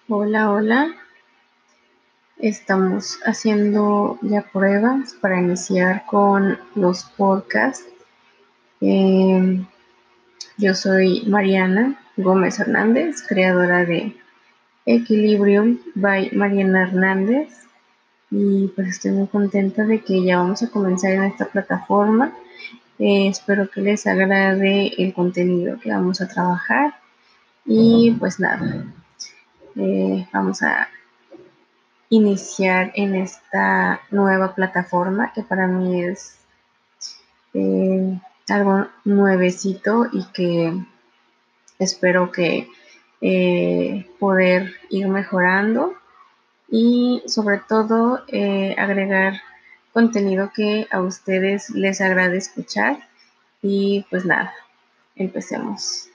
Hola, hola. Estamos haciendo ya pruebas para iniciar con los podcasts. Eh, yo soy Mariana Gómez Hernández, creadora de Equilibrium by Mariana Hernández. Y pues estoy muy contenta de que ya vamos a comenzar en esta plataforma. Espero que les agrade el contenido que vamos a trabajar. Y pues nada, vamos a iniciar en esta nueva plataforma que para mí es algo nuevecito y que espero que poder ir mejorando y sobre todo agregar contenido que a ustedes les agrade escuchar. Y pues nada, empecemos.